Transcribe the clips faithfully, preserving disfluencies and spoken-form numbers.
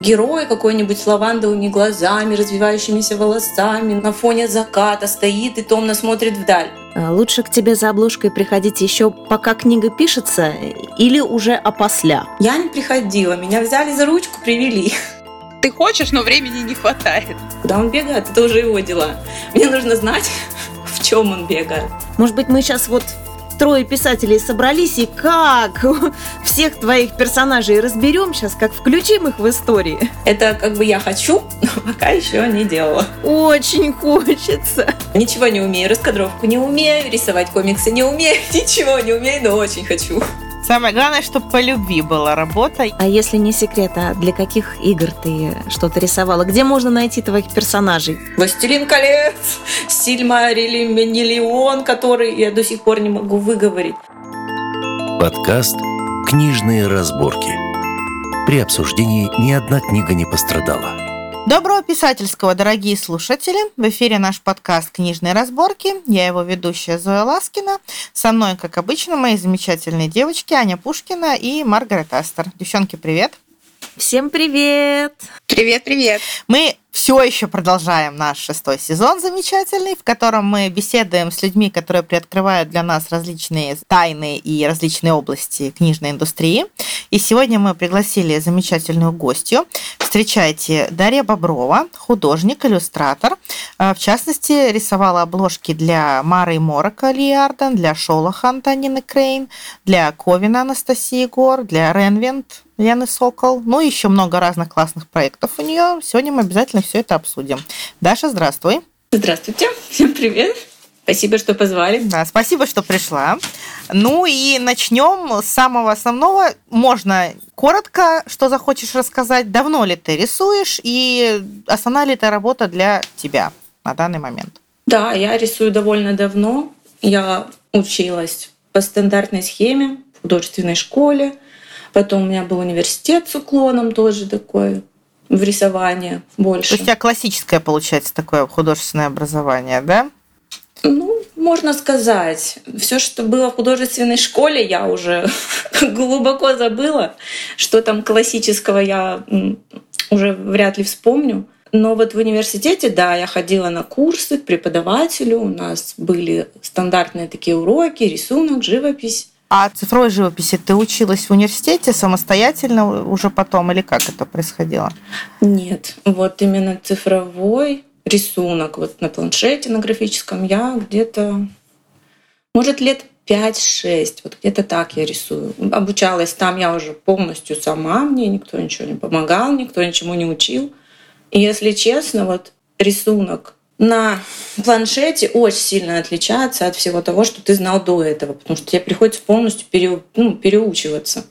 Герой какой-нибудь с лавандовыми глазами, развивающимися волосами, на фоне заката стоит и томно смотрит вдаль. Лучше к тебе за обложкой приходить еще пока книга пишется или уже опосля? Я не приходила, меня взяли за ручку, привели. Ты хочешь, но времени не хватает. Куда он бегает, это уже его дела. Мне нужно знать, в чем он бегает. Может быть, мы сейчас вот трое писателей собрались и как всех твоих персонажей разберем сейчас, как включим их в истории. Это как бы я хочу, но пока еще не делала. Очень хочется. Ничего не умею, раскадровку не умею, рисовать комиксы не умею, ничего не умею, но очень хочу. Самое главное, чтобы по любви была работа. А если не секрет, а для каких игр ты что-то рисовала? Где можно найти твоих персонажей? «Властелин колец», «Сильмариллион», который я до сих пор не могу выговорить. Подкаст «Книжные разборки». При обсуждении ни одна книга не пострадала. Доброго писательского, дорогие слушатели! В эфире наш подкаст «Книжные разборки». Я его ведущая Зоя Ласкина. Со мной, как обычно, мои замечательные девочки Аня Пушкина и Маргарет Астер. Девчонки, привет! Всем привет! Привет-привет! Мы все еще продолжаем наш шестой сезон замечательный, в котором мы беседуем с людьми, которые приоткрывают для нас различные тайны и различные области книжной индустрии. И сегодня мы пригласили замечательную гостью. Встречайте, Дарья Боброва, художник, иллюстратор. В частности, рисовала обложки для Мары Морока Ли Арден, для Шолоха Антонины Крейн, для Ковина Анастасии Гор, для Ренвент Лены Сокол. Ну и еще много разных классных проектов у нее. Сегодня мы обязательно все это обсудим. Даша, здравствуй. Здравствуйте, всем привет. Спасибо, что позвали. Да, спасибо, что пришла. Ну и начнем с самого основного. Можно коротко, что захочешь рассказать. Давно ли ты рисуешь и основная ли это работа для тебя на данный момент? Да, я рисую довольно давно. Я училась по стандартной схеме в художественной школе. Потом у меня был университет с уклоном тоже такой в рисование больше. То есть у тебя классическое, получается, такое художественное образование, да? Ну, можно сказать. Все, что было в художественной школе, я уже глубоко забыла. Что там классического, я уже вряд ли вспомню. Но вот в университете, да, я ходила на курсы к преподавателю. У нас были стандартные такие уроки, рисунок, живопись. А цифровой живописи ты училась в университете самостоятельно уже потом, или как это происходило? Нет, вот именно цифровой рисунок вот на планшете, на графическом я где-то, может, лет пять-шесть, вот где-то так я рисую. Обучалась там я уже полностью сама, мне никто ничего не помогал, никто ничему не учил. И если честно, вот рисунок на планшете очень сильно отличается от всего того, что ты знал до этого, потому что тебе приходится полностью пере, ну, переучиваться.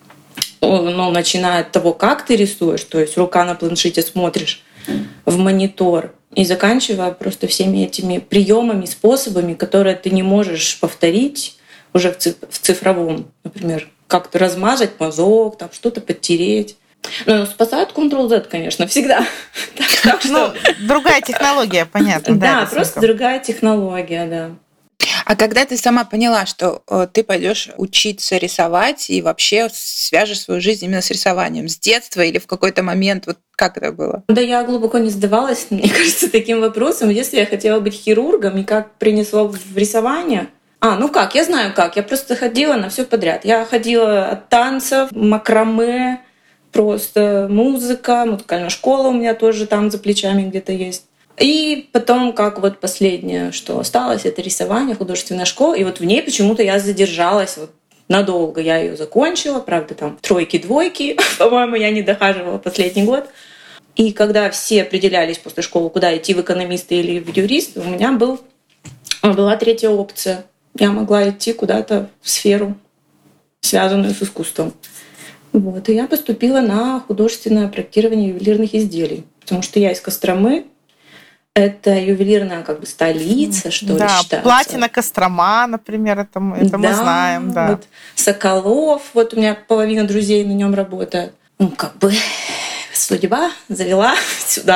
Ну, начиная от того, как ты рисуешь, то есть рука на планшете смотришь в монитор, и заканчивая просто всеми этими приемами, способами, которые ты не можешь повторить уже в цифровом. Например, как-то размазать мазок, там что-то подтереть. Ну, спасает контрол-зет, конечно, всегда. Так что... Ну, другая технология, понятно. Да, да, просто другая технология, да. А когда ты сама поняла, что ты пойдешь учиться рисовать и вообще свяжешь свою жизнь именно с рисованием, с детства или в какой-то момент, вот как это было? Да, я глубоко не задавалась, мне кажется, таким вопросом. В детстве я хотела быть хирургом, и как принесло в рисование. А, ну как, я знаю как, я просто ходила на все подряд. Я ходила от танцев, макраме, просто музыка, музыкальная школа у меня тоже там за плечами где-то есть. И потом, как вот последнее, что осталось, это рисование, художественная школа. И вот в ней почему-то я задержалась вот надолго. Я ее закончила, правда, там тройки-двойки, по-моему, я не дохаживала последний год. И когда все определялись после школы, куда идти, в экономисты или в юристы, у меня был, была третья опция. Я могла идти куда-то в сферу, связанную с искусством. Вот, и я поступила на художественное проектирование ювелирных изделий, потому что я из Костромы. Это ювелирная как бы столица, что да, ли, считается. Платина Кострома, например, это мы, это да, мы знаем. Да. Вот Соколов, вот у меня половина друзей на нем работает. Ну, как бы судьба завела сюда,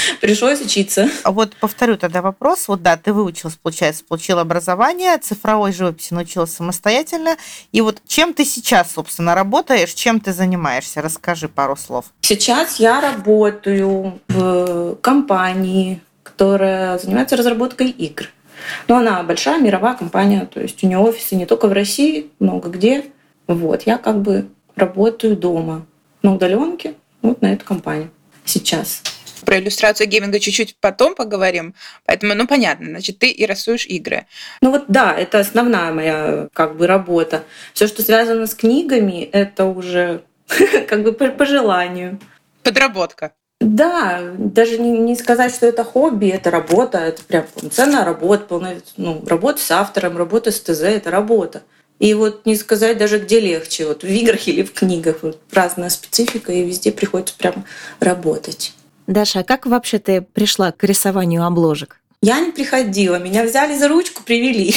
Пришлось учиться. А вот повторю тогда вопрос. Вот да, ты выучилась, получается, получила образование, цифровой живописи научилась самостоятельно. И вот чем ты сейчас, собственно, работаешь, чем ты занимаешься? Расскажи пару слов. Сейчас я работаю в компании, которая занимается разработкой игр. Но она большая мировая компания, то есть у нее офисы не только в России, много где. Вот, я как бы работаю дома на удаленке вот на эту компанию сейчас. Про иллюстрацию гейминга чуть-чуть потом поговорим. Поэтому, ну, понятно, значит, ты и рисуешь игры. Ну вот да, это основная моя как бы работа. Все, что связано с книгами, это уже как бы по, по желанию. Подработка. Да, даже не, не сказать, что это хобби, это работа, это прям полноценная работа, полная, ну, работа с автором, работа с ТЗ, это работа. И вот не сказать даже, где легче, вот в играх или в книгах. Вот разная специфика, и везде приходится прям работать. Даша, а как вообще ты пришла к рисованию обложек? Я не приходила, меня взяли за ручку, привели.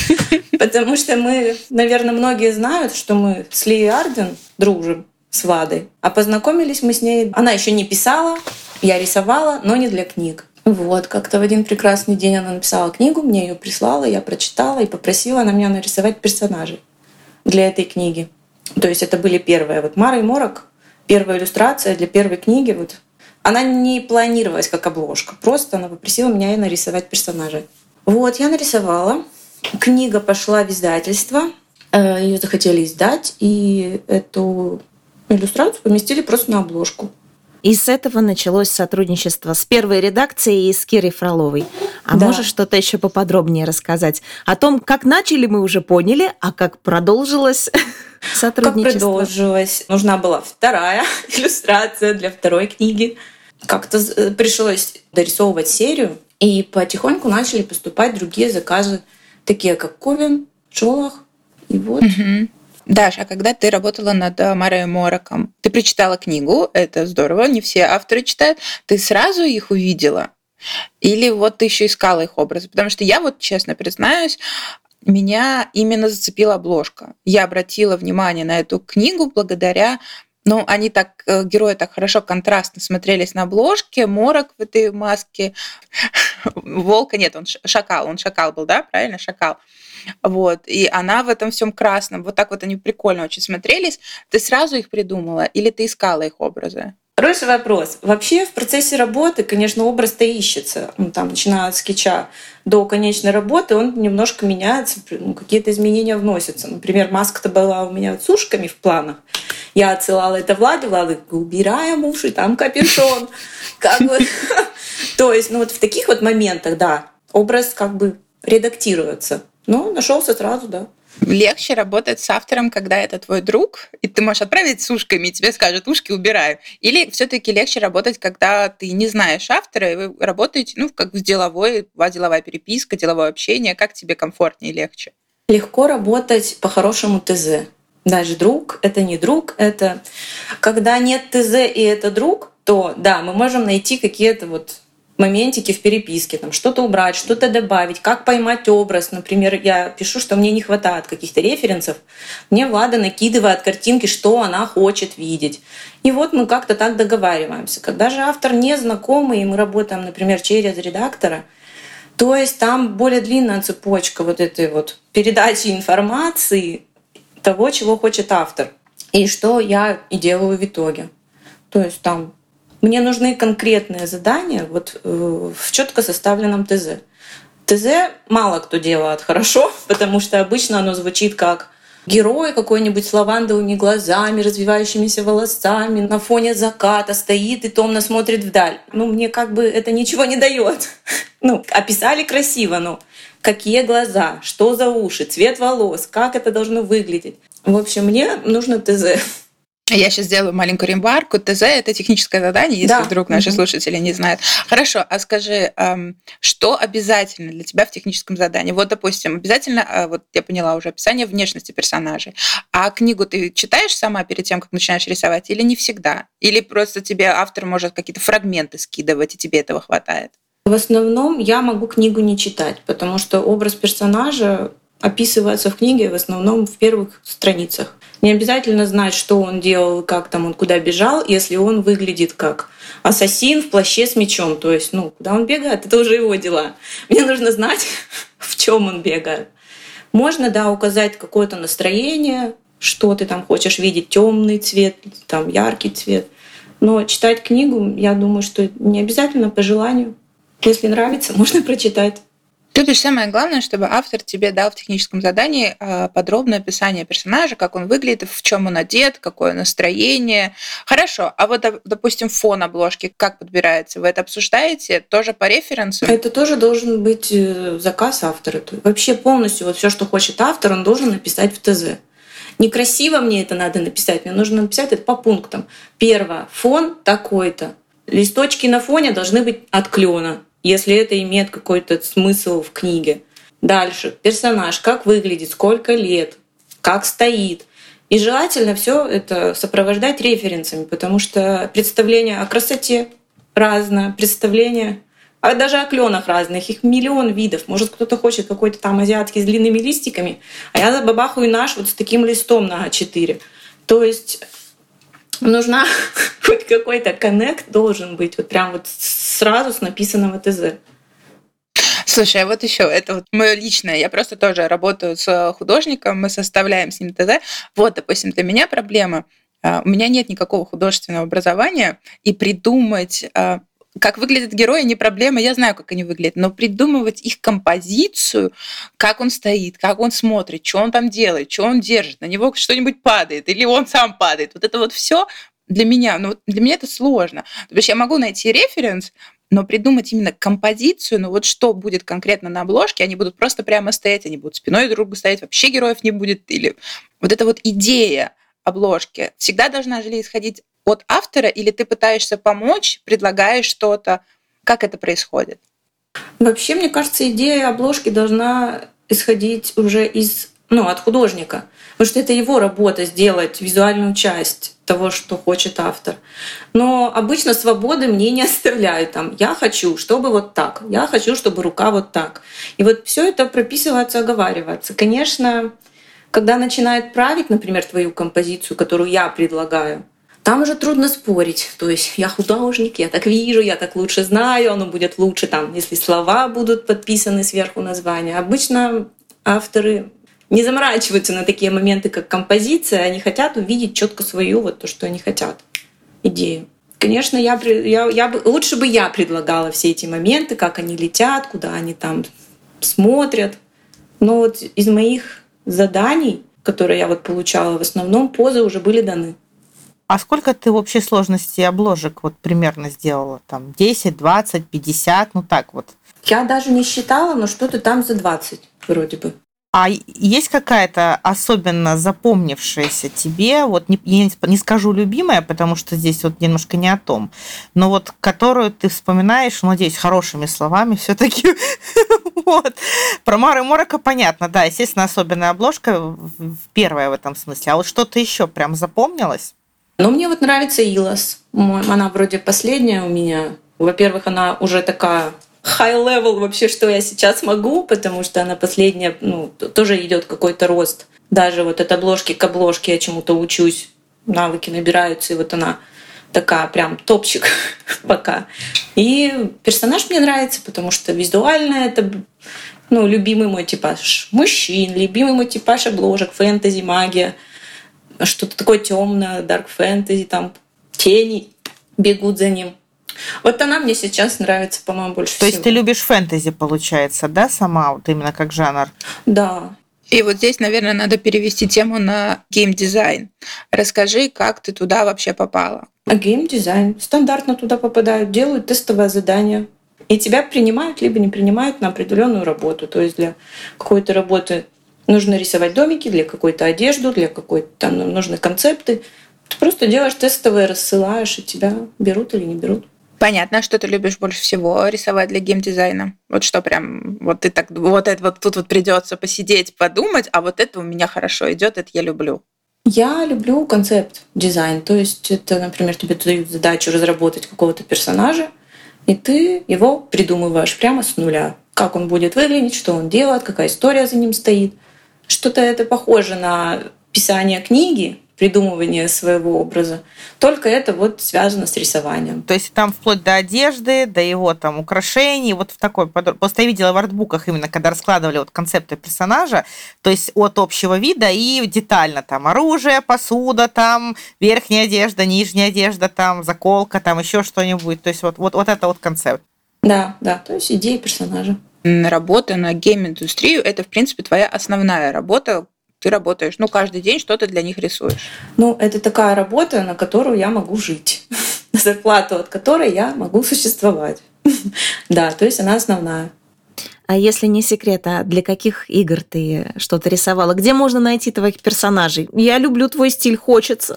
Потому что мы, наверное, многие знают, что мы с Лией Арден дружим, с Вадой. А познакомились мы с ней. Она еще не писала, я рисовала, но не для книг. Вот, как-то в один прекрасный день она написала книгу, мне ее прислала, я прочитала и попросила она меня нарисовать персонажей для этой книги. То есть это были первые. Вот Мара и Морок, первая иллюстрация для первой книги. Вот. Она не планировалась как обложка, просто она попросила меня нарисовать персонажей. Вот, я нарисовала. Книга пошла в издательство, ее захотели издать, и эту иллюстрацию поместили просто на обложку. И с этого началось сотрудничество с первой редакцией и с Кирой Фроловой. А Да. можешь что-то еще поподробнее рассказать о том, как начали, мы уже поняли, а как продолжилось Как сотрудничество? продолжилось. Нужна была вторая иллюстрация для второй книги. Как-то з- пришлось дорисовывать серию, и потихоньку начали поступать другие заказы, такие как Ковен, Шолох. И вот. Мгм. Даш, а когда ты работала над э, Марой Мороком, ты прочитала книгу, это здорово, не все авторы читают, ты сразу их увидела? Или вот ты еще искала их образы? Потому что я вот, честно признаюсь, меня именно зацепила обложка. Я обратила внимание на эту книгу благодаря, ну, они так, э, герои так хорошо контрастно смотрелись на обложке, Морок в этой маске, волка, нет, он ш- шакал, он шакал был, да, правильно, шакал. Вот, и она в этом всем красном, вот так вот они прикольно очень смотрелись. Ты сразу их придумала или ты искала их образы? Хороший вопрос. Вообще в процессе работы, конечно, образ-то ищется. Ну, там, начиная от скетча до конечной работы, он немножко меняется, ну, какие-то изменения вносятся. Например, маска-то была у меня вот с ушками в планах. Я отсылала это Владе, Влада говорит, убираем уши, там капюшон. Как вот. То есть, ну вот в таких вот моментах, да, образ как бы редактируется. Но нашелся сразу, да. Легче работать с автором, когда это твой друг, и ты можешь отправить с ушками, и тебе скажут, ушки убираю. Или все-таки легче работать, когда ты не знаешь автора, и вы работаете, ну, как в деловой, у вас деловая переписка, деловое общение, как тебе комфортнее и легче? Легко работать по хорошему ТЗ. Даже друг — это не друг, это когда нет ТЗ и это друг, то да, мы можем найти какие-то вот моментики в переписке, там что-то убрать, что-то добавить, как поймать образ. Например, я пишу, что мне не хватает каких-то референсов. Мне Влада накидывает картинки, что она хочет видеть. И вот мы как-то так договариваемся. Когда же автор не знакомый, и мы работаем, например, через редактора, то есть там более длинная цепочка вот этой вот передачи информации, того, чего хочет автор. И что я и делаю в итоге. То есть там мне нужны конкретные задания вот э, в четко составленном ТЗ. ТЗ мало кто делает хорошо, потому что обычно оно звучит как герой какой-нибудь с лавандовыми глазами, развивающимися волосами, на фоне заката стоит и томно смотрит вдаль. Ну, мне как бы это ничего не дает. Ну, описали красиво, но какие глаза, что за уши, цвет волос, как это должно выглядеть. В общем, мне нужно ТЗ. Я сейчас сделаю маленькую ремарку. ТЗ — это техническое задание, если Да. вдруг наши Мгм. слушатели не знают. Хорошо, а скажи, эм, что обязательно для тебя в техническом задании? Вот, допустим, обязательно, э, вот я поняла уже, описание внешности персонажей. А книгу ты читаешь сама перед тем, как начинаешь рисовать, или не всегда? Или просто тебе автор может какие-то фрагменты скидывать, и тебе этого хватает? В основном я могу книгу не читать, потому что образ персонажа описывается в книге в основном в первых страницах. Не обязательно знать, что он делал, как там он куда бежал, если он выглядит как ассасин в плаще с мечом. То есть, ну, куда он бегает, это уже его дела. Мне нужно знать, в чем он бегает. Можно, да, указать какое-то настроение, что ты там хочешь видеть, темный цвет, там яркий цвет. Но читать книгу, я думаю, что не обязательно по желанию. Если нравится, можно прочитать. Тут же самое главное, чтобы автор тебе дал в техническом задании подробное описание персонажа, как он выглядит, в чем он одет, какое настроение. Хорошо, а вот, допустим, фон обложки как подбирается? Вы это обсуждаете тоже по референсам? Это тоже должен быть заказ автора. Вообще полностью вот все, что хочет автор, он должен написать в ТЗ. Некрасиво мне это надо написать, мне нужно написать это по пунктам. Первое. Фон такой-то. Листочки на фоне должны быть от клена, если это имеет какой-то смысл в книге. Дальше. Персонаж. Как выглядит, сколько лет, как стоит. И желательно все это сопровождать референсами, потому что представление о красоте разное, представление а даже о кленах разных, их миллион видов. Может, кто-то хочет какой-то там азиатский с длинными листиками, а я забабахаю наш вот с таким листом на а четыре. То есть нужна хоть какой-то коннект должен быть, вот прям вот сразу с написанного ТЗ. Слушай, а вот еще, это вот мое личное, я просто тоже работаю с художником, мы составляем с ним ТЗ. Вот, допустим, для меня проблема, у меня нет никакого художественного образования, и придумать, как выглядят герои, не проблема, я знаю, как они выглядят, но придумывать их композицию, как он стоит, как он смотрит, что он там делает, что он держит, на него что-нибудь падает, или он сам падает, вот это вот все для меня, ну, для меня это сложно. То есть я могу найти референс, но придумать именно композицию, ну вот что будет конкретно на обложке, они будут просто прямо стоять, они будут спиной друг к другу стоять, вообще героев не будет, или вот эта вот идея обложки всегда должна же исходить от автора, или ты пытаешься помочь, предлагаешь что-то? Как это происходит? Вообще, мне кажется, идея обложки должна исходить уже из, ну, от художника. Потому что это его работа сделать визуальную часть того, что хочет автор. Но обычно свободы мне не оставляют. Там, я хочу, чтобы вот так. Я хочу, чтобы рука вот так. И вот все это прописывается, оговаривается. Конечно, когда начинает править, например, твою композицию, которую я предлагаю, там уже трудно спорить. То есть я художник, я так вижу, я так лучше знаю, оно будет лучше, там, если слова будут подписаны сверху названия. Обычно авторы не заморачиваются на такие моменты, как композиция, они хотят увидеть четко свою, вот то, что они хотят, идею. Конечно, я, я, я бы, лучше бы я предлагала все эти моменты, как они летят, куда они там смотрят. Но вот из моих заданий, которые я вот получала, в основном позы уже были даны. А сколько ты в общей сложности обложек вот примерно сделала? Там десять, двадцать, пятьдесят, ну так вот. Я даже не считала, но что-то там за двадцать вроде бы. А есть какая-то особенно запомнившаяся тебе, вот не, я не скажу любимая, потому что здесь вот немножко не о том, но вот которую ты вспоминаешь, надеюсь, хорошими словами все-таки. Вот. Про Мару Морока понятно, да, естественно, особенная обложка, первая в этом смысле. А вот что-то еще прям запомнилось? Ну, мне вот нравится Илос. Она вроде последняя у меня. Во-первых, она уже такая high-level вообще, что я сейчас могу, потому что она последняя, ну, тоже идет какой-то рост. Даже вот от обложки к обложке я чему-то учусь, навыки набираются, и вот она такая прям топчик пока. И персонаж мне нравится, потому что визуально это, ну, любимый мой типаж мужчин, любимый мой типаж обложек, фэнтези, магия, что-то такое темное, дарк фэнтези, там тени бегут за ним. Вот она мне сейчас нравится, по-моему, больше То всего. То есть ты любишь фэнтези, получается, да, сама, вот именно как жанр? Да. И вот здесь, наверное, надо перевести тему на геймдизайн. Расскажи, как ты туда вообще попала? А геймдизайн. Стандартно туда попадают, делают тестовое задание. И тебя принимают, либо не принимают на определенную работу. То есть для какой-то работы нужно рисовать домики, для какой-то одежду, для какой-то там нужны концепты. Ты просто делаешь тестовые, рассылаешь, и тебя берут или не берут. Понятно, что ты любишь больше всего рисовать для геймдизайна. Вот что прям, вот ты так, вот это вот тут вот придется посидеть, подумать, а вот это у меня хорошо идет, это я люблю. Я люблю концепт-дизайн. То есть это, например, тебе дают задачу разработать какого-то персонажа, и ты его придумываешь прямо с нуля. Как он будет выглядеть, что он делает, какая история за ним стоит. Что-то это похоже на писания книги, придумывание своего образа. Только это вот связано с рисованием. То есть там вплоть до одежды, до его там украшений, вот в такой подробности. Просто я видела в артбуках именно, когда раскладывали вот концепты персонажа, то есть от общего вида и детально там оружие, посуда, там верхняя одежда, нижняя одежда, там заколка, там еще что-нибудь. То есть вот, вот, вот это вот концепт. Да, да, то есть идея персонажа. Работа на гейм-индустрию – это, в принципе, твоя основная работа. Ты работаешь, ну, каждый день что-то для них рисуешь. Ну, это такая работа, на которую я могу жить. На зарплату от которой я могу существовать. Да, то есть она основная. А если не секрет, а для каких игр ты что-то рисовала? Где можно найти твоих персонажей? Я люблю твой стиль, хочется.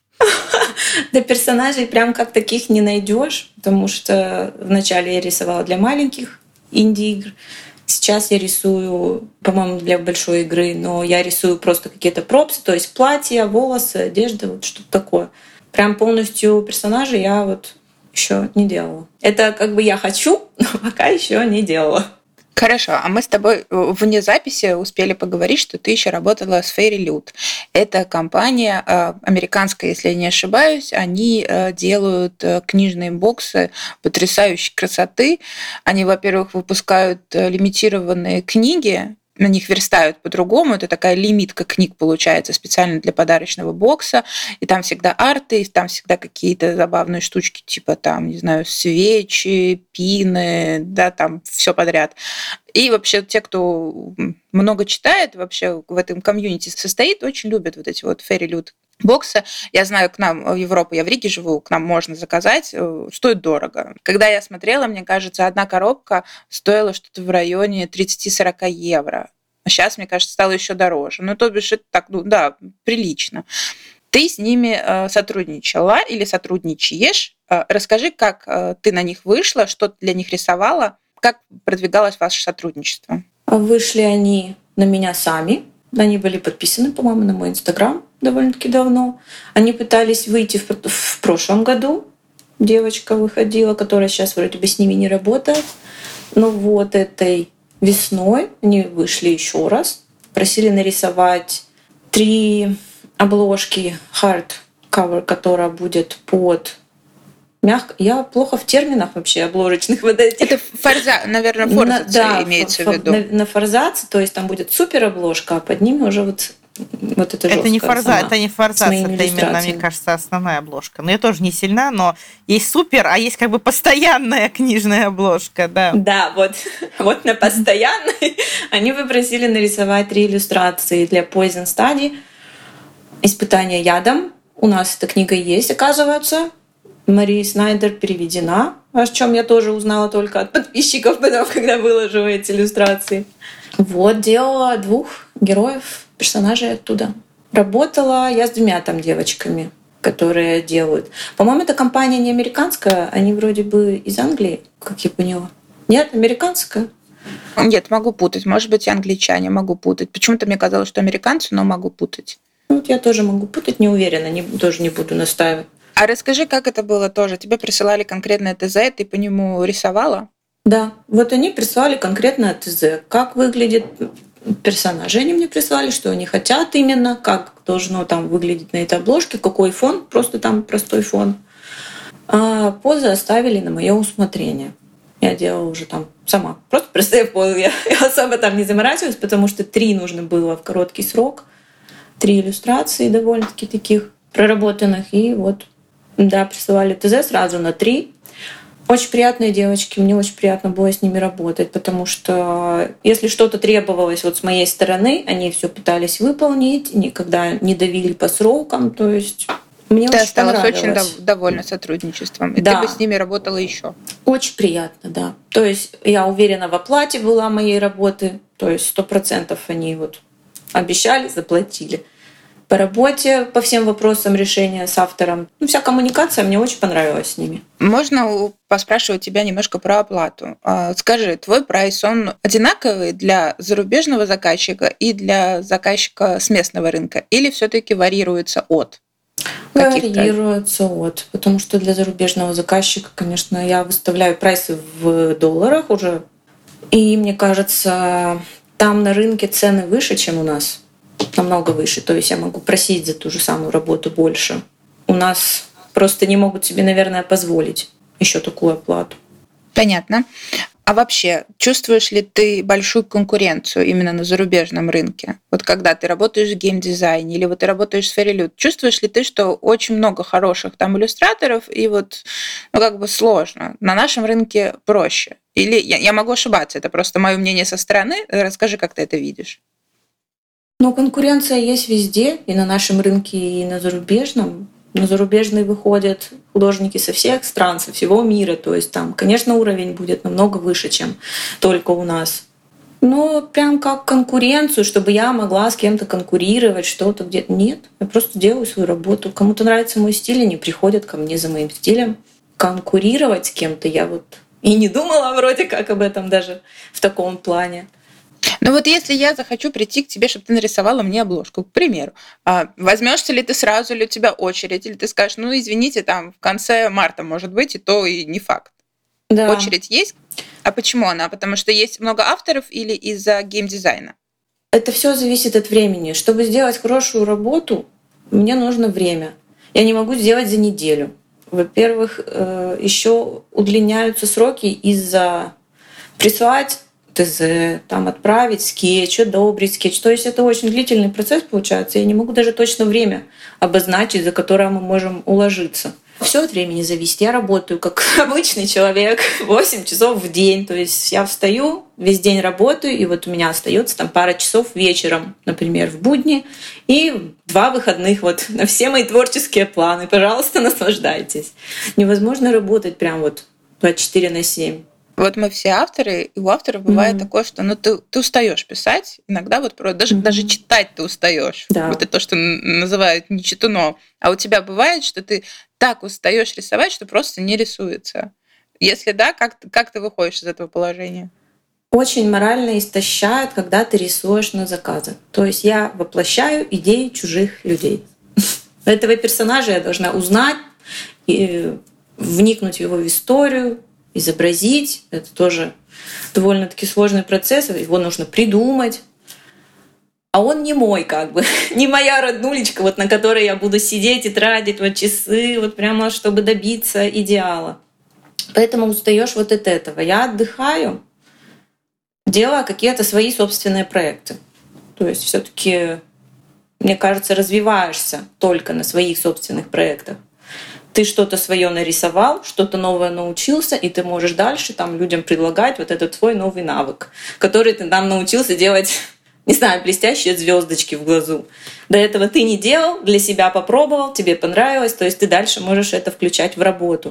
Да, персонажей прям как таких не найдешь, потому что вначале я рисовала для маленьких инди-игр. Сейчас я рисую, по-моему, для большой игры, но я рисую просто какие-то пропсы, то есть платья, волосы, одежда, вот что-то такое. Прям полностью персонажей я вот еще не делала. Это как бы я хочу, но пока еще не делала. Хорошо, а мы с тобой вне записи успели поговорить, что ты еще работала с FairyLoot. Это компания американская, если я не ошибаюсь. Они делают книжные боксы потрясающей красоты. Они, во-первых, выпускают лимитированные книги, на них верстают по-другому. Это такая лимитка книг получается специально для подарочного бокса. И там всегда арты, и там всегда какие-то забавные штучки, типа там, не знаю, свечи, пины, да, там все подряд. И вообще те, кто много читает, вообще в этом комьюнити состоит, очень любят вот эти вот FairyLoot боксы. Я знаю, к нам в Европу, я в Риге живу, к нам можно заказать, стоит дорого. Когда я смотрела, мне кажется, одна коробка стоила что-то в районе тридцать-сорок евро. А сейчас, мне кажется, стало еще дороже. Ну, то бишь, это так, ну, да, прилично. Ты с ними сотрудничала или сотрудничаешь? Расскажи, как ты на них вышла, что ты для них рисовала, как продвигалось ваше сотрудничество? Вышли они на меня сами. Они были подписаны, по-моему, на мой Инстаграм довольно-таки давно. Они пытались выйти в, в прошлом году. Девочка выходила, которая сейчас вроде бы с ними не работает. Но вот этой весной они вышли еще раз. Просили нарисовать три обложки hardcover, которая будет под... Мягко. Я плохо в терминах вообще обложечных вот этих. Это форза, наверное, форзацы да, имеется фор, в виду. На, на форзаце, то есть там будет супер обложка, а под ними уже вот, вот это Это не форза, сама, это не форзац, это именно, мне кажется, основная обложка. Но я тоже не сильна, но есть супер, а есть как бы постоянная книжная обложка, да. Да, вот, вот на постоянной они попросили нарисовать три иллюстрации для Poison Study. Испытание ядом. У нас эта книга есть, оказывается. Марии Снайдер переведена, о чем я тоже узнала только от подписчиков, потом, когда выложила эти иллюстрации. Вот, делала двух героев, персонажей оттуда. Работала я с двумя там девочками, которые делают. По-моему, эта компания не американская, они вроде бы из Англии, как я поняла. Нет, американская. Нет, могу путать. Может быть, и англичане, могу путать. Почему-то мне казалось, что американцы, но могу путать. Вот я тоже могу путать, не уверена, не, тоже не буду настаивать. А расскажи, как это было тоже? Тебе присылали конкретное ТЗ, ты по нему рисовала? Да, вот они прислали конкретное ТЗ. Как выглядит персонажи, они мне прислали, что они хотят именно, как должно там выглядеть на этой обложке, какой фон, просто там простой фон. А позы оставили на мое усмотрение. Я делала уже там сама. Просто простые позы. Я, я особо там не заморачивалась, потому что три нужно было в короткий срок. Три иллюстрации довольно-таки таких проработанных. И вот, да, присылали ТЗ сразу на три. Очень приятные девочки, мне очень приятно было с ними работать, потому что если что-то требовалось вот с моей стороны, они все пытались выполнить, никогда не давили по срокам, то есть мне ты очень осталась понравилось. очень довольна сотрудничеством, и да. ты бы с ними работала еще. Очень приятно, да. То есть я уверена в оплате была моей работы, то есть сто процентов они вот обещали, заплатили. По работе, по всем вопросам решения с автором. Ну, вся коммуникация мне очень понравилась с ними. Можно поспрашивать тебя немножко про оплату. Скажи, твой прайс, он одинаковый для зарубежного заказчика и для заказчика с местного рынка? Или все-таки варьируется от? Варьируется от. Потому что для зарубежного заказчика, конечно, я выставляю прайсы в долларах уже. И мне кажется, там на рынке цены выше, чем у нас. намного выше. То есть я могу просить за ту же самую работу больше. У нас просто не могут себе, наверное, позволить еще такую оплату. Понятно. А вообще, чувствуешь ли ты большую конкуренцию именно на зарубежном рынке? Вот когда ты работаешь в геймдизайне или вот ты работаешь в сфере люд, чувствуешь ли ты, что очень много хороших там иллюстраторов, и вот ну, как бы сложно? На нашем рынке проще? Или я, я могу ошибаться, это просто мое мнение со стороны. Расскажи, как ты это видишь. Ну, конкуренция есть везде, и на нашем рынке, и на зарубежном. На зарубежные выходят художники со всех стран, со всего мира. То есть там, конечно, уровень будет намного выше, чем только у нас. Но прям как конкуренцию, чтобы я могла с кем-то конкурировать, что-то где-то. Нет, я просто делаю свою работу. Кому-то нравится мой стиль, они приходят ко мне за моим стилем. Конкурировать с кем-то я вот и не думала вроде как об этом даже в таком плане. Ну вот если я захочу прийти к тебе, чтобы ты нарисовала мне обложку, к примеру, возьмешься ли ты сразу, или у тебя очередь, или ты скажешь, ну извините, там в конце марта может быть, и то и не факт. Да. Очередь есть? А почему она? Потому что есть много авторов или из-за геймдизайна? Это все зависит от времени. Чтобы сделать хорошую работу, мне нужно время. Я не могу сделать за неделю. Во-первых, еще удлиняются сроки из-за прислать ТЗ, там отправить скетч, одобрить скетч. То есть это очень длительный процесс получается. Я не могу даже точно время обозначить, за которое мы можем уложиться. Все от времени зависит. Я работаю как обычный человек восемь часов в день. То есть я встаю, весь день работаю, и вот у меня остается там пара часов вечером, например, в будни, и два выходных вот на все мои творческие планы. Пожалуйста, наслаждайтесь. Невозможно работать прям вот двадцать четыре на семь. Вот мы все авторы, и у авторов бывает mm-hmm. такое, что ну, ты, ты устаешь писать, иногда вот даже, mm-hmm. даже читать ты устаешь. Да. Вот это то, что называют не читуно. А у тебя бывает, что ты так устаешь рисовать, что просто не рисуется. Если да, как, как ты выходишь из этого положения? Очень морально истощает, когда ты рисуешь на заказы. То есть я воплощаю идеи чужих людей. Этого персонажа я должна узнать, и вникнуть в его историю, изобразить. Это тоже довольно-таки сложный процесс. Его нужно придумать. А он не мой, как бы. Не моя роднулечка, вот, на которой я буду сидеть и тратить вот часы, вот прямо чтобы добиться идеала. Поэтому устаешь вот от этого. Я отдыхаю, делаю какие-то свои собственные проекты. То есть все-таки, мне кажется, развиваешься только на своих собственных проектах. Ты что-то свое нарисовал, что-то новое научился, и ты можешь дальше там людям предлагать вот этот твой новый навык, который ты там научился делать, не знаю, блестящие звездочки в глазу. До этого ты не делал, для себя попробовал, тебе понравилось, то есть ты дальше можешь это включать в работу.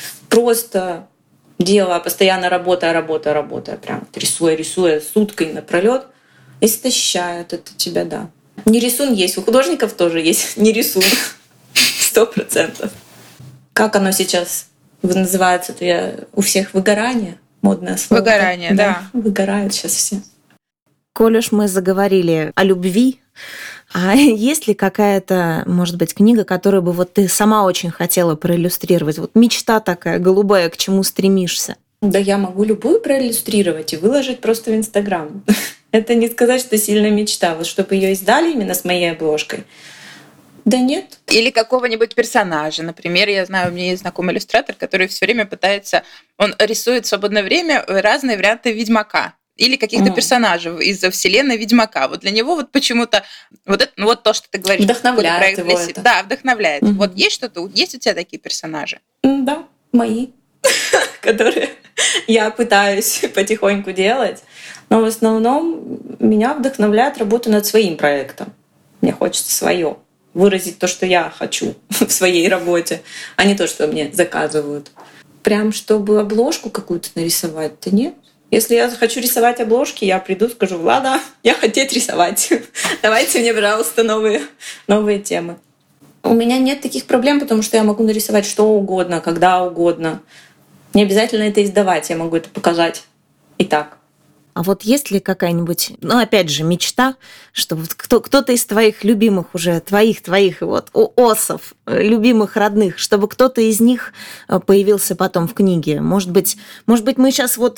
Просто делая, постоянно работая, работая, работая, прям рисуя, рисуя суткой напролёт, истощает это тебя, да. Не рисун есть, у художников тоже есть не рисун, сто процентов. Как оно сейчас называется? Это я, у всех выгорание, модное слово. Выгорание, да. да. Выгорают сейчас все. Коль уж мы заговорили о любви, а есть ли какая-то, может быть, книга, которую бы вот ты сама очень хотела проиллюстрировать? Вот мечта такая голубая, к чему стремишься? Да я могу любую проиллюстрировать и выложить просто в Инстаграм. Это не сказать, что сильно мечта. Вот чтобы ее издали именно с моей обложкой. Да нет. Или какого-нибудь персонажа. Например, я знаю, у меня есть знакомый иллюстратор, который все время пытается... Он рисует в свободное время разные варианты Ведьмака. Или каких-то mm. персонажей из вселенной Ведьмака. Вот для него вот почему-то... Вот, это, ну, вот то, что ты говоришь. Вдохновляет его это. Да, вдохновляет. Mm-hmm. Вот есть что-то... Есть у тебя такие персонажи? Да, мои. Которые я пытаюсь потихоньку делать. Но в основном меня вдохновляет работа над своим проектом. Мне хочется свое. Выразить то, что я хочу в своей работе, а не то, что мне заказывают. Прям чтобы обложку какую-то нарисовать, то нет. Если я хочу рисовать обложки, я приду, скажу: ладно, я хотеть рисовать. Давайте мне, пожалуйста, новые, новые темы. У меня нет таких проблем, потому что я могу нарисовать что угодно, когда угодно. Не обязательно это издавать, я могу это показать и так. А вот есть ли какая-нибудь, ну, опять же, мечта, что вот кто, кто-то из твоих любимых уже, твоих, твоих вот осов, любимых родных, чтобы кто-то из них появился потом в книге? Может быть, может быть, мы сейчас вот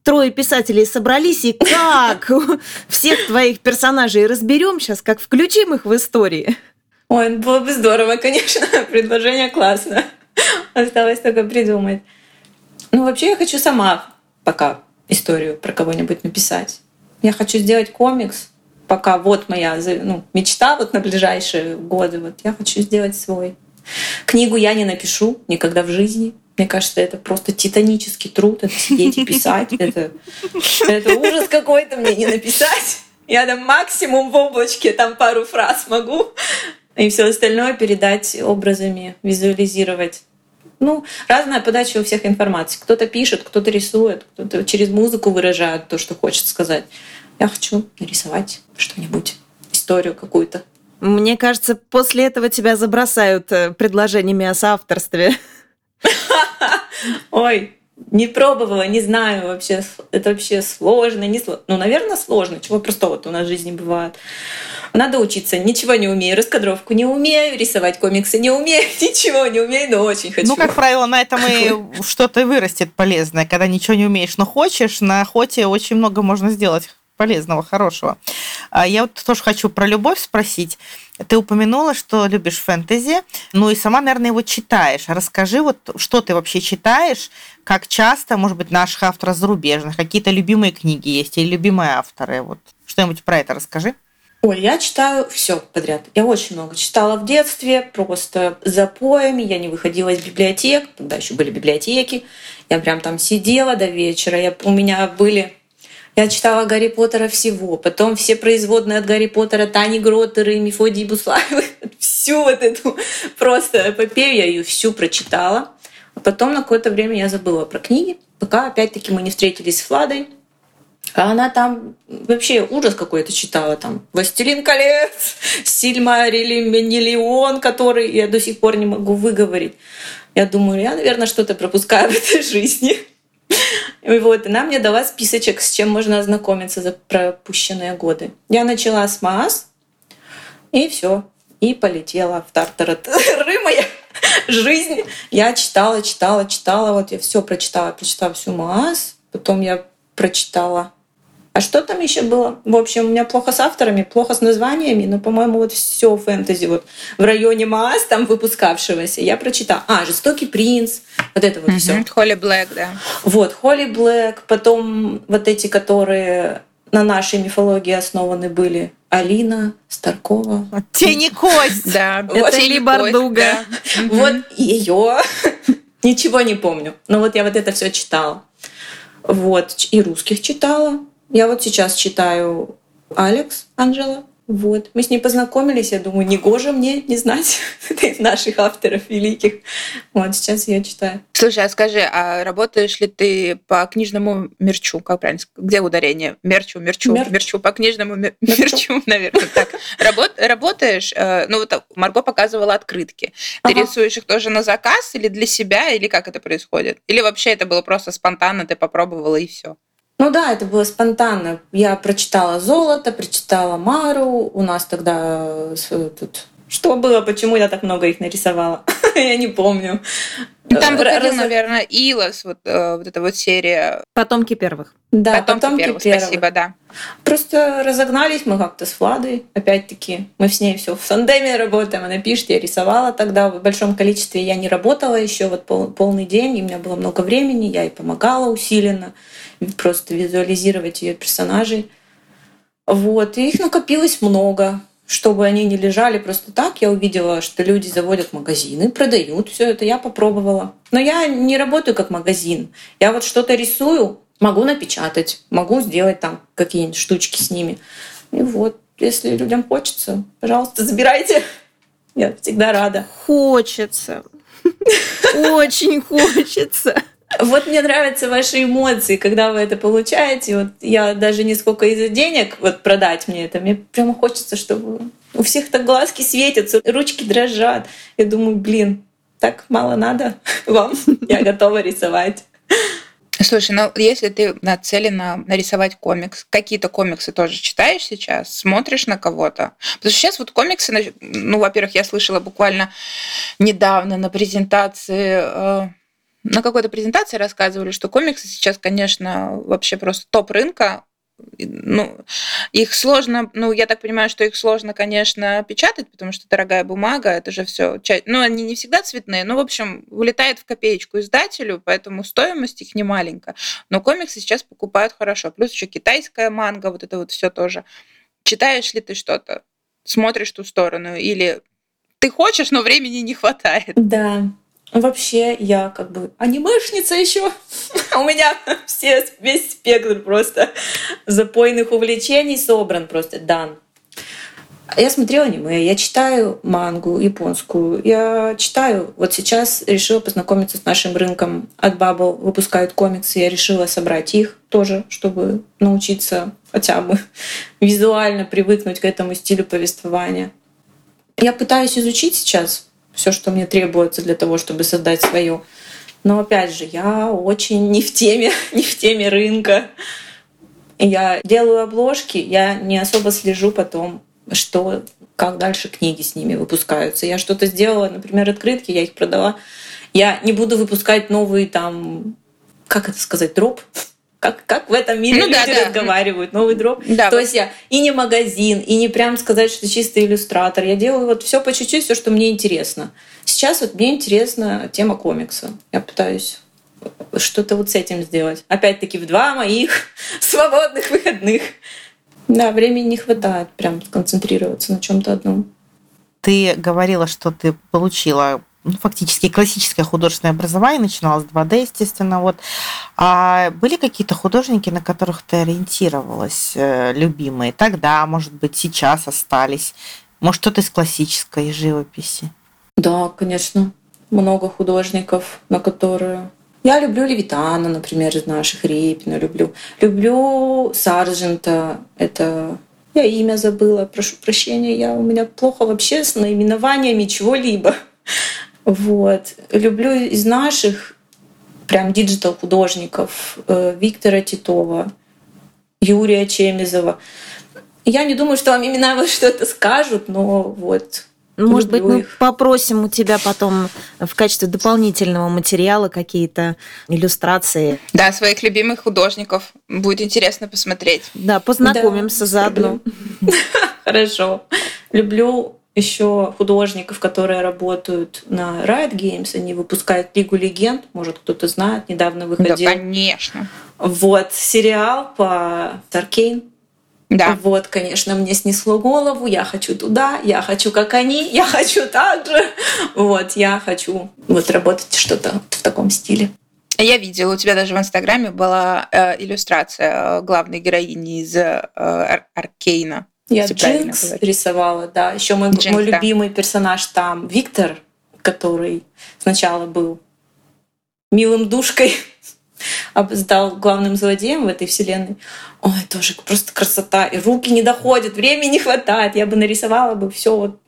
трое писателей собрались, и как всех твоих персонажей разберем сейчас, как включим их в истории. Ой, ну было бы здорово, конечно. Предложение классное. Осталось только придумать. Ну, вообще, я хочу сама пока историю про кого-нибудь написать. Я хочу сделать комикс. Пока вот моя ну, мечта вот на ближайшие годы. Вот я хочу сделать свой. Книгу я не напишу никогда в жизни. Мне кажется, это просто титанический труд. Это сидеть и писать. Это, это ужас какой-то мне не написать. Я там максимум в облачке там пару фраз могу. И все остальное передать образами, визуализировать. Ну, разная подача у всех информации. Кто-то пишет, кто-то рисует, кто-то через музыку выражает то, что хочет сказать. Я хочу нарисовать что-нибудь, историю какую-то. Мне кажется, после этого тебя забросают предложениями о соавторстве. Ой, не пробовала, не знаю вообще. Это вообще сложно, не сложно. Ну, наверное, сложно. Чего простого-то у нас в жизни бывает. Надо учиться. Ничего не умею, раскадровку не умею, рисовать комиксы не умею, ничего не умею, но очень хочу. Ну, как правило, на этом и что-то и вырастет полезное. Когда ничего не умеешь, но хочешь, на охоте очень много можно сделать полезного, хорошего. Я вот тоже хочу про любовь спросить. Ты упомянула, что любишь фэнтези, ну и сама, наверное, его читаешь. Расскажи, вот что ты вообще читаешь, как часто, может быть, наших авторов зарубежных, какие-то любимые книги есть или любимые авторы. Вот что-нибудь про это расскажи. Ой, я читаю все подряд. Я очень много читала в детстве, просто запоями. Я не выходила из библиотек, тогда еще были библиотеки. Я прям там сидела до вечера. Я, у меня были... Я читала Гарри Поттера всего, потом все производные от Гарри Поттера, Тани Гроттер и Мефодий Буслаевых. Всю вот эту просто эпопею, я ее всю прочитала. А потом на какое-то время я забыла про книги, пока опять-таки мы не встретились с Владой. А она там вообще ужас какой-то читала. Там «Властелин колец», «Сильмариллион», который я до сих пор не могу выговорить. Я думаю, я, наверное, что-то пропускаю в этой жизни. И вот она мне дала списочек, с чем можно ознакомиться за пропущенные годы. Я начала с Маас, и все, и полетела в тартаратары моя жизнь. Я читала, читала, читала. Вот я все прочитала, прочитала всю Маас. Потом я прочитала. А что там еще было? В общем, у меня плохо с авторами, плохо с названиями, но, по-моему, вот все фэнтези вот в районе Маас, там выпускавшегося, я прочитала. А, «Жестокий принц», вот это вот mm-hmm. все. Холли Блэк, да. Вот, Холли Блэк, потом вот эти, которые на нашей мифологии основаны были. Алина Старкова. Тени кость. Да, это Ли Бардуга. Вот ее. Ничего не помню. Но вот я вот это все читала. Вот, и русских читала. Я вот сейчас читаю Алекс Анжела. Вот. Мы с ней познакомились, я думаю, негоже мне не знать наших авторов великих. Вот, сейчас я читаю. Слушай, а скажи, а работаешь ли ты по книжному мерчу? Как правильно? Где ударение? Мерчу, мерчу, мерчу, мерчу по книжному мер... мерчу, наверное. Так. Работ... Работаешь? Ну вот Марго показывала открытки. Ты ага. рисуешь их тоже на заказ или для себя, или как это происходит? Или вообще это было просто спонтанно, ты попробовала и все? Ну да, это было спонтанно. Я прочитала «Золото», прочитала «Мару». У нас тогда тут... Что было, почему я так много их нарисовала? Я не помню. Там выходил, Раз... наверное, Илос, вот, э, вот эта вот серия. «Потомки первых». Да, «Потомки, «Потомки первых», первых. Спасибо, да. Просто разогнались мы как-то с Владой. Опять-таки, мы с ней все в тандеме работаем. Она пишет, я рисовала тогда в большом количестве. Я не работала еще вот пол, полный день, и у меня было много времени. Я ей помогала усиленно просто визуализировать ее персонажей. Вот. И их накопилось много. Чтобы они не лежали просто так, я увидела, что люди заводят магазины, продают все это, я попробовала. Но я не работаю как магазин. Я вот что-то рисую, могу напечатать, могу сделать там какие-нибудь штучки с ними. И вот, если людям хочется, пожалуйста, забирайте. Я всегда рада. Хочется. Очень хочется. Вот мне нравятся ваши эмоции, когда вы это получаете. Вот я даже не сколько из-за денег вот продать мне это. Мне прямо хочется, чтобы у всех так глазки светятся, ручки дрожат. Я думаю, блин, так мало надо вам. Я готова рисовать. Слушай, ну если ты нацелена нарисовать комикс, какие-то комиксы тоже читаешь сейчас, смотришь на кого-то? Потому что сейчас вот комиксы, ну, во-первых, я слышала буквально недавно на презентации на какой-то презентации рассказывали, что комиксы сейчас, конечно, вообще просто топ рынка. Ну, их сложно, ну, я так понимаю, что их сложно, конечно, печатать, потому что дорогая бумага, это же все, ну, они не всегда цветные, но, в общем, вылетает в копеечку издателю, поэтому стоимость их не маленькая. Но комиксы сейчас покупают хорошо. Плюс еще китайская манга, вот это вот все тоже. Читаешь ли ты что-то? Смотришь в ту сторону? Или ты хочешь, но времени не хватает? Да. Вообще, я как бы анимешница еще. У меня все, весь спектр просто запойных увлечений собран, просто дан. Я смотрела аниме, я читаю мангу японскую, я читаю, вот сейчас решила познакомиться с нашим рынком. От Bubble выпускают комиксы, я решила собрать их тоже, чтобы научиться хотя бы визуально привыкнуть к этому стилю повествования. Я пытаюсь изучить сейчас все, что мне требуется для того, чтобы создать свое. Но опять же, я очень не в теме, не в теме рынка. Я делаю обложки, я не особо слежу потом, что, как дальше книги с ними выпускаются. Я что-то сделала, например, открытки, я их продала. Я не буду выпускать новые там, как это сказать, дроп. Как, как в этом мире ну, люди да, да. разговаривают, новый дроп. Да, То вот. есть я и не магазин, и не прям сказать, что чистый иллюстратор. Я делаю вот все по чуть-чуть, все, что мне интересно. Сейчас вот мне интересна тема комикса. Я пытаюсь что-то вот с этим сделать. Опять-таки в два моих свободных выходных. Да, времени не хватает прям сконцентрироваться на чем-то одном. Ты говорила, что ты получила ну, фактически классическое художественное образование, начиналось с два дэ, естественно. Вот. А были какие-то художники, на которых ты ориентировалась, любимые? Тогда, может быть, сейчас остались? Может, что-то из классической живописи? Да, конечно. Много художников, на которые... Я люблю Левитана, например, из наших, Репина люблю. Люблю Саржента. Это... Я имя забыла, прошу прощения. Я... У меня плохо вообще с наименованиями чего-либо. Вот. Люблю из наших прям диджитал-художников Виктора Титова, Юрия Чемизова. Я не думаю, что вам имена вот что-то скажут, но вот... Может быть, мы их. попросим у тебя потом в качестве дополнительного материала какие-то иллюстрации. Да, своих любимых художников. Будет интересно посмотреть. Да, познакомимся Да, заодно. Хорошо. Люблю еще художников, которые работают на Riot Games. Они выпускают Лигу легенд. Может, кто-то знает. Недавно выходил. Да, конечно. Вот сериал по Аркейн. Да. Вот, конечно, мне снесло голову, я хочу туда, я хочу как они, я хочу так же. Вот, я хочу вот работать что-то в таком стиле. Я видела, у тебя даже в Инстаграме была э, иллюстрация главной героини из э, Аркейна. Я Джинкс рисовала, да. Еще мой, Джинкс, мой да. любимый персонаж там Виктор, который сначала был милым душкой, а стал главным злодеем в этой вселенной. Ой, тоже просто красота. И руки не доходят, времени не хватает. Я бы нарисовала бы все вот.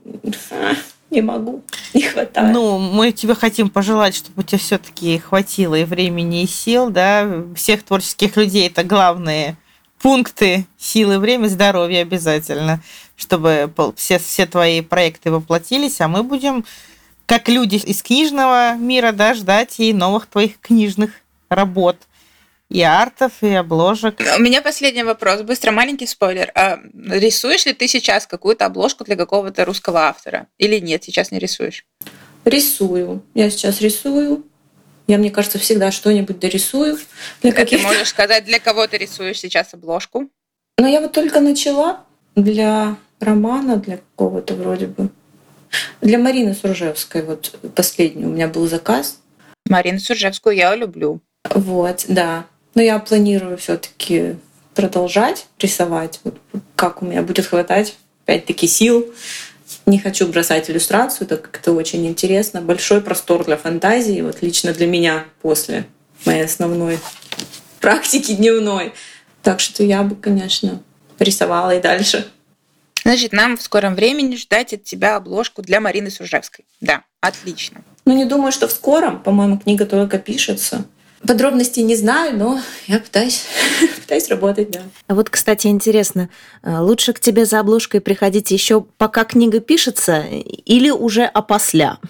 Не могу, не хватает. Ну, мы тебе хотим пожелать, чтобы у тебя все-таки хватило и времени, и сил, да. Всех творческих людей это главные пункты: силы, время, здоровье обязательно, чтобы все, все твои проекты воплотились, а мы будем, как люди из книжного мира, да, ждать и новых твоих книжных работ. И артов, и обложек. У меня последний вопрос. Быстро, маленький спойлер. А рисуешь ли ты сейчас какую-то обложку для какого-то русского автора? Или нет, сейчас не рисуешь? Рисую. Я сейчас рисую. Я, мне кажется, всегда что-нибудь дорисую. Для Ты каких-то... можешь сказать, для кого ты рисуешь сейчас обложку? Но я вот только начала для романа, для какого-то вроде бы. Для Марины Суржевской. Вот последний у меня был заказ. Марину Суржевскую я люблю. Вот, да. Но я планирую все-таки продолжать рисовать. Вот как у меня будет хватать, опять-таки, сил. Не хочу бросать иллюстрацию, так как это очень интересно. Большой простор для фантазии, вот лично для меня после моей основной практики дневной. Так что я бы, конечно, рисовала и дальше. Значит, нам в скором времени ждать от тебя обложку для Марины Суржевской. Да, отлично. Ну, не думаю, что в скором. По-моему, книга только пишется. Подробностей не знаю, но я пытаюсь, пытаюсь работать, да. А вот, кстати, интересно, лучше к тебе за обложкой приходить еще пока книга пишется или уже опосля?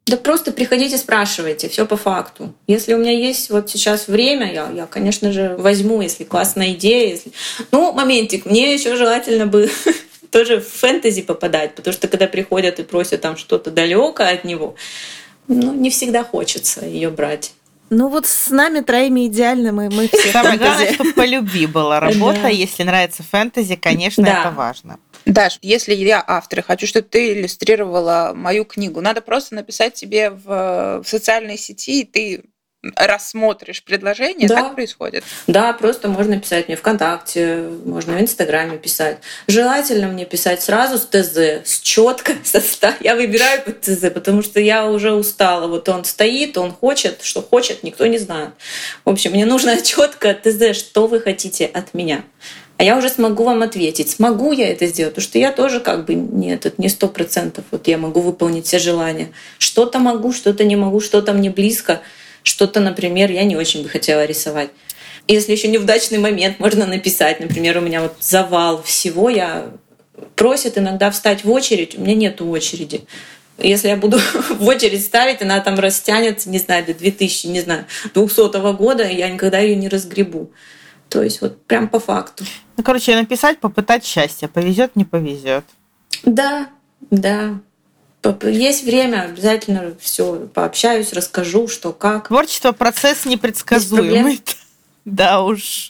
Да просто приходите, спрашивайте, все по факту. Если у меня есть вот сейчас время, я, я конечно же, возьму, если классная идея. Если... Ну, моментик, мне еще желательно бы тоже в фэнтези попадать, потому что когда приходят и просят там что-то далекое от него, ну, не всегда хочется ее брать. Ну вот с нами троими идеально, мы, мы все Самое фэнтези. главное, чтобы по любви была работа. Да. Если нравится фэнтези, конечно, Да. это важно. Даш, если я автор и хочу, чтобы ты иллюстрировала мою книгу, надо просто написать тебе в, в социальной сети, и ты рассмотришь предложение. Да. Так происходит? Да, просто можно писать мне ВКонтакте, можно в Инстаграме писать. Желательно мне писать сразу с ТЗ, с четко, со ста. Я выбираю под ТЗ, потому что я уже устала. Вот он стоит, он хочет, что хочет, никто не знает. В общем, мне нужно четко ТЗ, что вы хотите от меня. А я уже смогу вам ответить, смогу я это сделать, потому что я тоже как бы не этот, не сто процентов. Вот я могу выполнить все желания. Что-то могу, что-то не могу, что-то мне близко. Что-то, например, я не очень бы хотела рисовать. Если еще неудачный момент, можно написать. Например, у меня вот завал всего, я просят иногда встать в очередь, у меня нету очереди. Если я буду в очередь ставить, она там растянется, не знаю, до две тысячи, не знаю, двухсотого года, и я никогда ее не разгребу. То есть вот прям по факту. Ну, короче, написать, попытать счастье. Повезет, не повезет. Да, да. Есть время, обязательно все пообщаюсь, расскажу, что как. Творчество — процесс непредсказуемый. Да уж.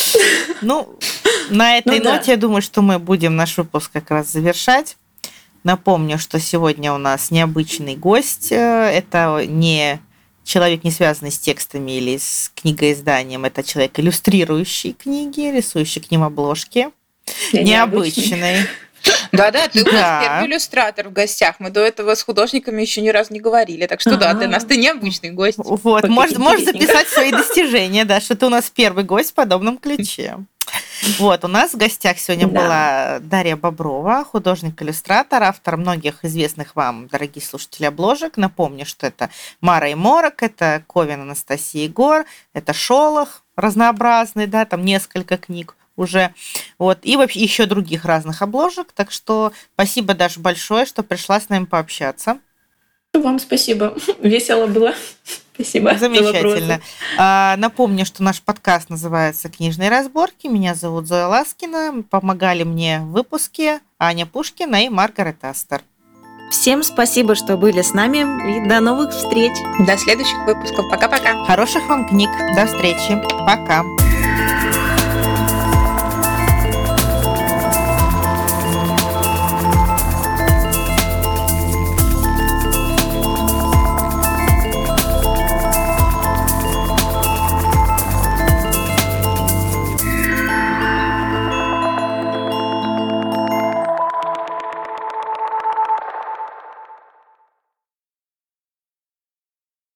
Ну, на этой Ну да. ноте, я думаю, что мы будем наш выпуск как раз завершать. Напомню, что сегодня у нас необычный гость. Это не человек, не связанный с текстами или с книгоизданием. Это человек, иллюстрирующий книги, рисующий к ним обложки. Я Необычный. Да-да, ты у Да. нас первый иллюстратор в гостях. Мы до этого с художниками еще ни разу не говорили. Так что да, Ага. для нас ты необычный гость. Вот, Окей, можешь, можешь интересненько. записать свои достижения, да, что ты у нас первый гость в подобном ключе. Вот, у нас в гостях сегодня Да. была Дарья Боброва, художник-иллюстратор, автор многих известных вам, дорогие слушатели, обложек. Напомню, что это Мара и Морок, это Ковен, Анастасия и Егор, это Шолох разнообразный, да, там несколько книг уже. Вот, и вообще еще других разных обложек. Так что спасибо, Даша, большое, что пришла с нами пообщаться. Вам спасибо. Весело было. Спасибо. за Замечательно. вопросы. А, Напомню, что наш подкаст называется «Книжные разборки». Меня зовут Зоя Ласкина. Помогали мне в выпуске Аня Пушкина и Маргарет Астер. Всем спасибо, что были с нами, и до новых встреч! До следующих выпусков. Пока-пока. Хороших вам книг. До встречи. Пока.